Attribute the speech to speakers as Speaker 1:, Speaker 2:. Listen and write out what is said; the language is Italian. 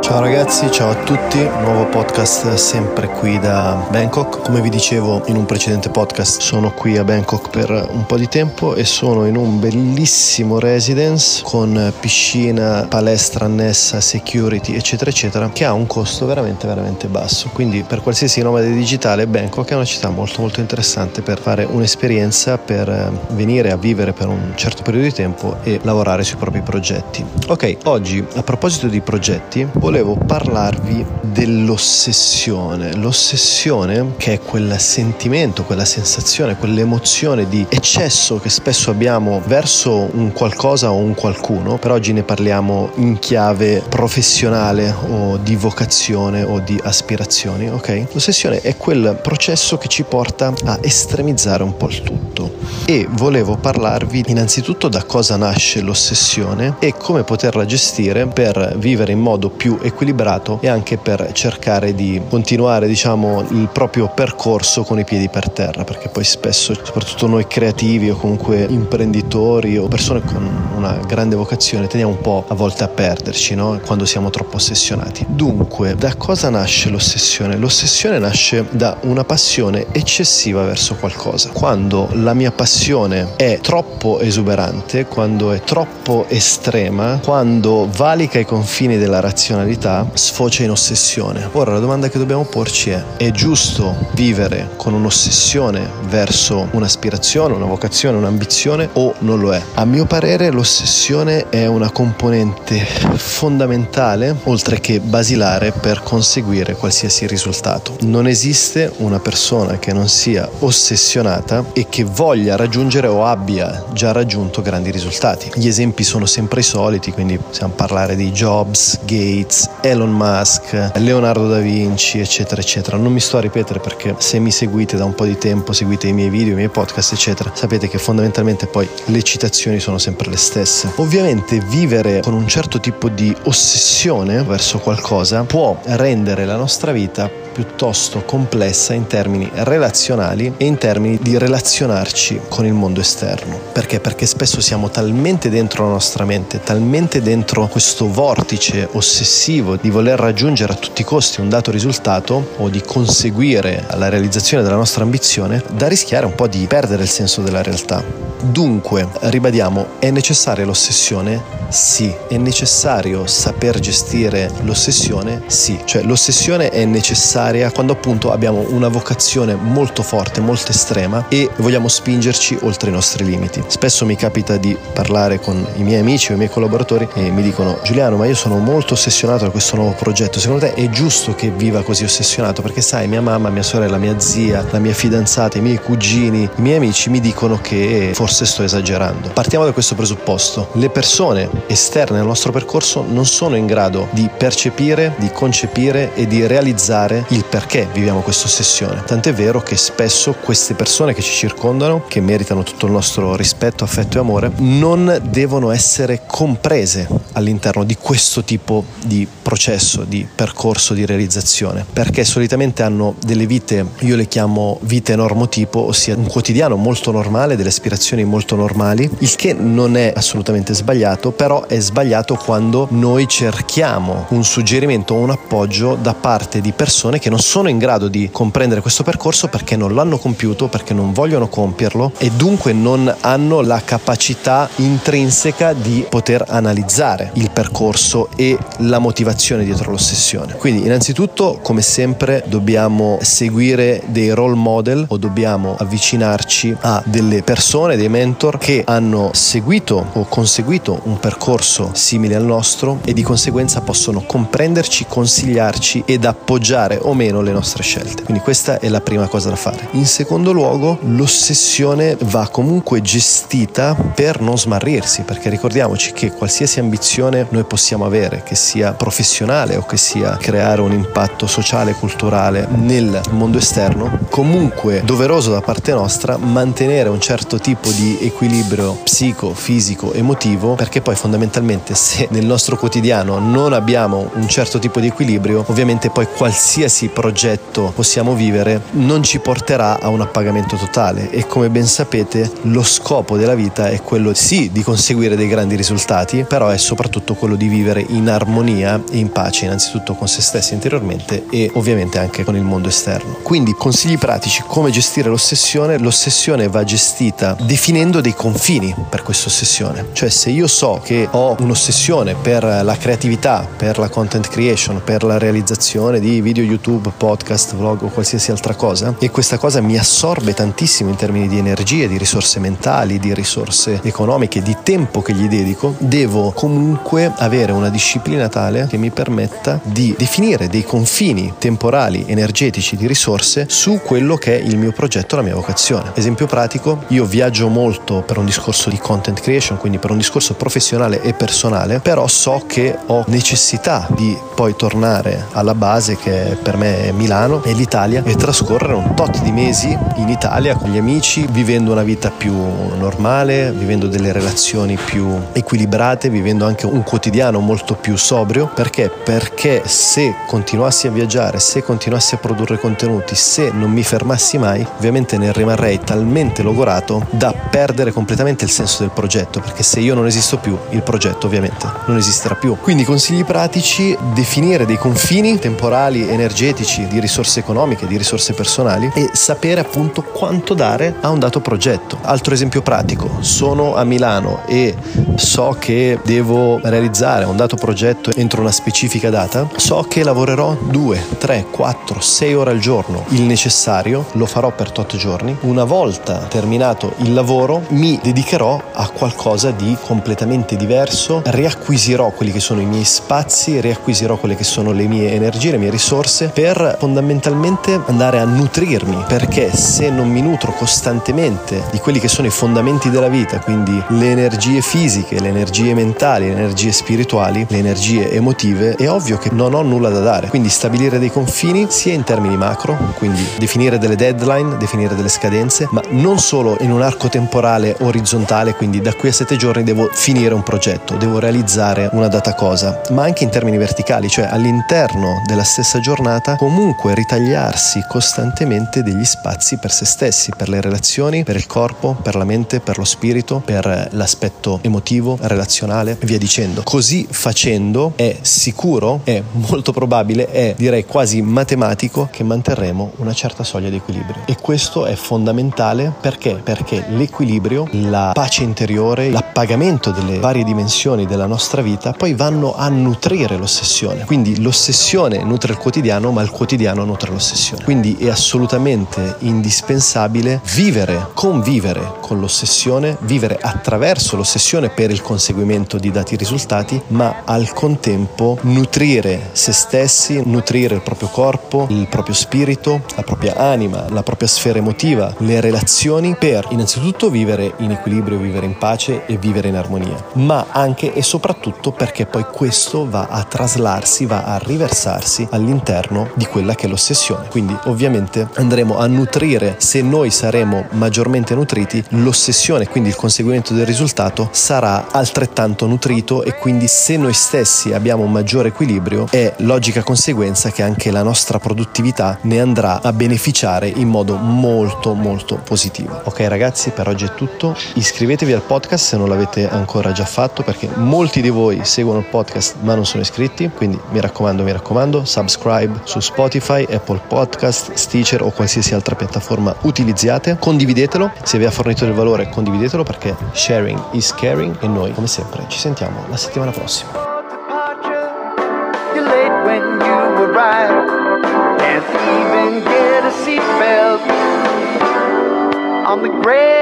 Speaker 1: Ciao ragazzi, ciao a tutti, nuovo podcast sempre qui da Bangkok. Come vi dicevo in un precedente podcast, sono qui a Bangkok per un po' di tempo e sono in un bellissimo residence con piscina, palestra annessa, security eccetera eccetera, che ha un costo veramente basso. Quindi per qualsiasi nomade digitale Bangkok è una città molto interessante per fare un'esperienza, per venire a vivere per un certo periodo di tempo e lavorare sui propri progetti. Ok, oggi a proposito di progetti volevo parlarvi dell'ossessione. L'ossessione, che è quel sentimento, quella sensazione, quell'emozione di eccesso che spesso abbiamo verso un qualcosa o un qualcuno. Per oggi ne parliamo in chiave professionale o di vocazione o di aspirazioni, ok? L'ossessione è quel processo che ci porta a estremizzare un po' il tutto. E volevo parlarvi innanzitutto da cosa nasce l'ossessione e come poterla gestire per vivere in modo più equilibrato e anche per cercare di continuare, il proprio percorso con i piedi per terra, perché poi spesso, soprattutto noi creativi o comunque imprenditori o persone con una grande vocazione, tendiamo un po' a volte a perderci, no? Quando siamo troppo ossessionati. Dunque, da cosa nasce l'ossessione? L'ossessione nasce da una passione eccessiva verso qualcosa. Quando la mia passione è troppo esuberante, quando è troppo estrema, quando valica i confini della razionalità, sfocia in ossessione. Ora la domanda che dobbiamo porci è giusto vivere con un'ossessione verso un'aspirazione, una vocazione, un'ambizione o non lo è? A mio parere l'ossessione è una componente fondamentale, oltre che basilare, per conseguire qualsiasi risultato. Non esiste una persona che non sia ossessionata e che voglia raggiungere o abbia già raggiunto grandi risultati. Gli esempi sono sempre i soliti, quindi possiamo parlare di Jobs, Gates, Elon Musk, Leonardo da Vinci, eccetera eccetera. Non mi sto a ripetere perché se mi seguite da un po' di tempo, seguite i miei video, i miei podcast eccetera, sapete che fondamentalmente poi le citazioni sono sempre le stesse. Ovviamente vivere con un certo tipo di ossessione verso qualcosa può rendere la nostra vita piuttosto complessa in termini relazionali e in termini di relazionarci con il mondo esterno. Perché? Perché spesso siamo talmente dentro la nostra mente, talmente dentro questo vortice ossessivo di voler raggiungere a tutti i costi un dato risultato o di conseguire la realizzazione della nostra ambizione, da rischiare un po' di perdere il senso della realtà. Dunque, ribadiamo, è necessaria l'ossessione? Sì. È necessario saper gestire l'ossessione? Sì. Cioè l'ossessione è necessaria quando appunto abbiamo una vocazione molto forte, molto estrema e vogliamo spingerci oltre i nostri limiti. Spesso mi capita di parlare con i miei amici o i miei collaboratori e mi dicono: Giuliano, ma io sono molto ossessionato da questo nuovo progetto, secondo te è giusto che viva così ossessionato? Perché sai, mia mamma, mia sorella, mia zia, la mia fidanzata, i miei cugini, i miei amici mi dicono che forse sto esagerando. Partiamo da questo presupposto: le persone esterne al nostro percorso non sono in grado di percepire, di concepire e di realizzare il perché viviamo questa ossessione. Tant'è vero che spesso queste persone che ci circondano, che meritano tutto il nostro rispetto, affetto e amore, non devono essere comprese all'interno di questo tipo di processo, di percorso di realizzazione, perché solitamente hanno delle vite, io le chiamo vite normotipo, ossia un quotidiano molto normale, delle aspirazioni molto normali, il che non è assolutamente sbagliato, però è sbagliato quando noi cerchiamo un suggerimento o un appoggio da parte di persone che non sono in grado di comprendere questo percorso perché non l'hanno compiuto, perché non vogliono compierlo e dunque non hanno la capacità intrinseca di poter analizzare il percorso e la motivazione dietro l'ossessione. Quindi innanzitutto, come sempre, dobbiamo seguire dei role model o dobbiamo avvicinarci a delle persone, dei mentor che hanno seguito o conseguito un percorso simile al nostro e di conseguenza possono comprenderci, consigliarci ed appoggiare o meno le nostre scelte. Quindi questa è la prima cosa da fare. In secondo luogo, l'ossessione va comunque gestita per non smarrirsi, perché ricordiamoci che qualsiasi ambizione noi possiamo avere, che sia professionale o che sia creare un impatto sociale e culturale nel mondo esterno, comunque doveroso da parte nostra mantenere un certo tipo di equilibrio psico, fisico, emotivo, perché poi fondamentalmente se nel nostro quotidiano non abbiamo un certo tipo di equilibrio, ovviamente poi qualsiasi progetto possiamo vivere non ci porterà a un appagamento totale. E come ben sapete, lo scopo della vita è quello sì di conseguire dei grandi risultati, però è soprattutto quello di vivere in armonia e in pace, innanzitutto con se stessi interiormente e ovviamente anche con il mondo esterno. Quindi consigli pratici: come gestire l'ossessione. L'ossessione va gestita definendo dei confini per questa ossessione. Cioè, se io so che ho un'ossessione per la creatività, per la content creation, per la realizzazione di video YouTube, podcast, vlog o qualsiasi altra cosa, e questa cosa mi assorbe tantissimo in termini di energie, di risorse mentali, di risorse economiche, di tempo che gli dedico, devo comunque avere una disciplina tale che mi permetta di definire dei confini temporali, energetici, di risorse su quello che è il mio progetto, la mia vocazione. Esempio pratico: io viaggio molto per un discorso di content creation, quindi per un discorso professionale e personale, però so che ho necessità di poi tornare alla base, che per me è Milano e l'Italia, e trascorrere un tot di mesi in Italia con gli amici, vivendo una vita più normale, vivendo delle relazioni più equilibrate, vivendo anche un quotidiano molto più sobrio. Perché se continuassi a viaggiare, se continuassi a produrre contenuti, se non mi fermassi mai, ovviamente ne rimarrei talmente logorato da perdere completamente il senso del progetto, perché se io non esisto più, il progetto ovviamente non esisterà più. Quindi consigli pratici: definire dei confini temporali, energetici, di risorse economiche, di risorse personali, e sapere appunto quanto dare a un dato progetto. Altro esempio pratico: sono a Milano e so che devo realizzare un dato progetto entro una specifica data, so che lavorerò 2, 3, 4, 6 ore al giorno, il necessario, lo farò per 8 giorni. Una volta terminato il lavoro mi dedicherò a qualcosa di completamente diverso, riacquisirò quelli che sono i miei spazi, riacquisirò quelle che sono le mie energie, le mie risorse, per fondamentalmente andare a nutrirmi, perché se non mi nutro costantemente di quelli che sono i fondamenti della vita, quindi le energie fisiche, le energie mentali, le energie spirituali, le energie emotive, è ovvio che non ho nulla da dare. Quindi stabilire dei confini sia in termini macro, quindi definire delle deadline, definire delle scadenze, ma non solo in un arco temporale orizzontale, quindi da qui a 7 giorni devo finire un progetto, devo realizzare una data cosa, ma anche in termini verticali, cioè all'interno della stessa giornata comunque ritagliarsi costantemente degli spazi per se stessi, per le relazioni, per il corpo, per la mente, per lo spirito, per l'aspetto emotivo, relazionale e via dicendo. Così facendo è sicuro, è molto probabile, è direi quasi matematico che manterremo una certa soglia di equilibrio. E questo è fondamentale perché l'equilibrio, la pace interiore, l'appagamento delle varie dimensioni della nostra vita poi vanno a nutrire l'ossessione. Quindi l'ossessione nutre il quotidiano, ma il quotidiano nutre l'ossessione. Quindi è assolutamente indispensabile convivere con l'ossessione, vivere attraverso l'ossessione per il conseguimento di dati risultati, ma al contempo nutrire se stessi, nutrire il proprio corpo, il proprio spirito, la propria anima, la propria sfera emotiva, le relazioni, per innanzitutto vivere in equilibrio, vivere in pace e vivere in armonia, ma anche e soprattutto perché poi questo va a traslarsi, va a riversarsi all'interno di quella che è l'ossessione. Quindi ovviamente andremo a nutrire, se noi saremo maggiormente nutriti, l'ossessione, quindi il conseguimento del risultato sarà altrettanto nutrito, e quindi se noi stessi abbiamo un maggiore equilibrio è logica conseguenza che anche la nostra produttività ne andrà a beneficiare in modo molto molto positivo. Ok ragazzi, per oggi è tutto. Iscrivetevi al podcast se non l'avete ancora già fatto, perché molti di voi seguono il podcast ma non sono iscritti, quindi mi raccomando, subscribe su Spotify, Apple Podcast, Stitcher o qualsiasi altra piattaforma utilizziate. Condividetelo, se vi ha fornito del valore condividetelo, perché sharing is caring, e noi come sempre ci sentiamo la settimana prossima.
Speaker 2: On the gray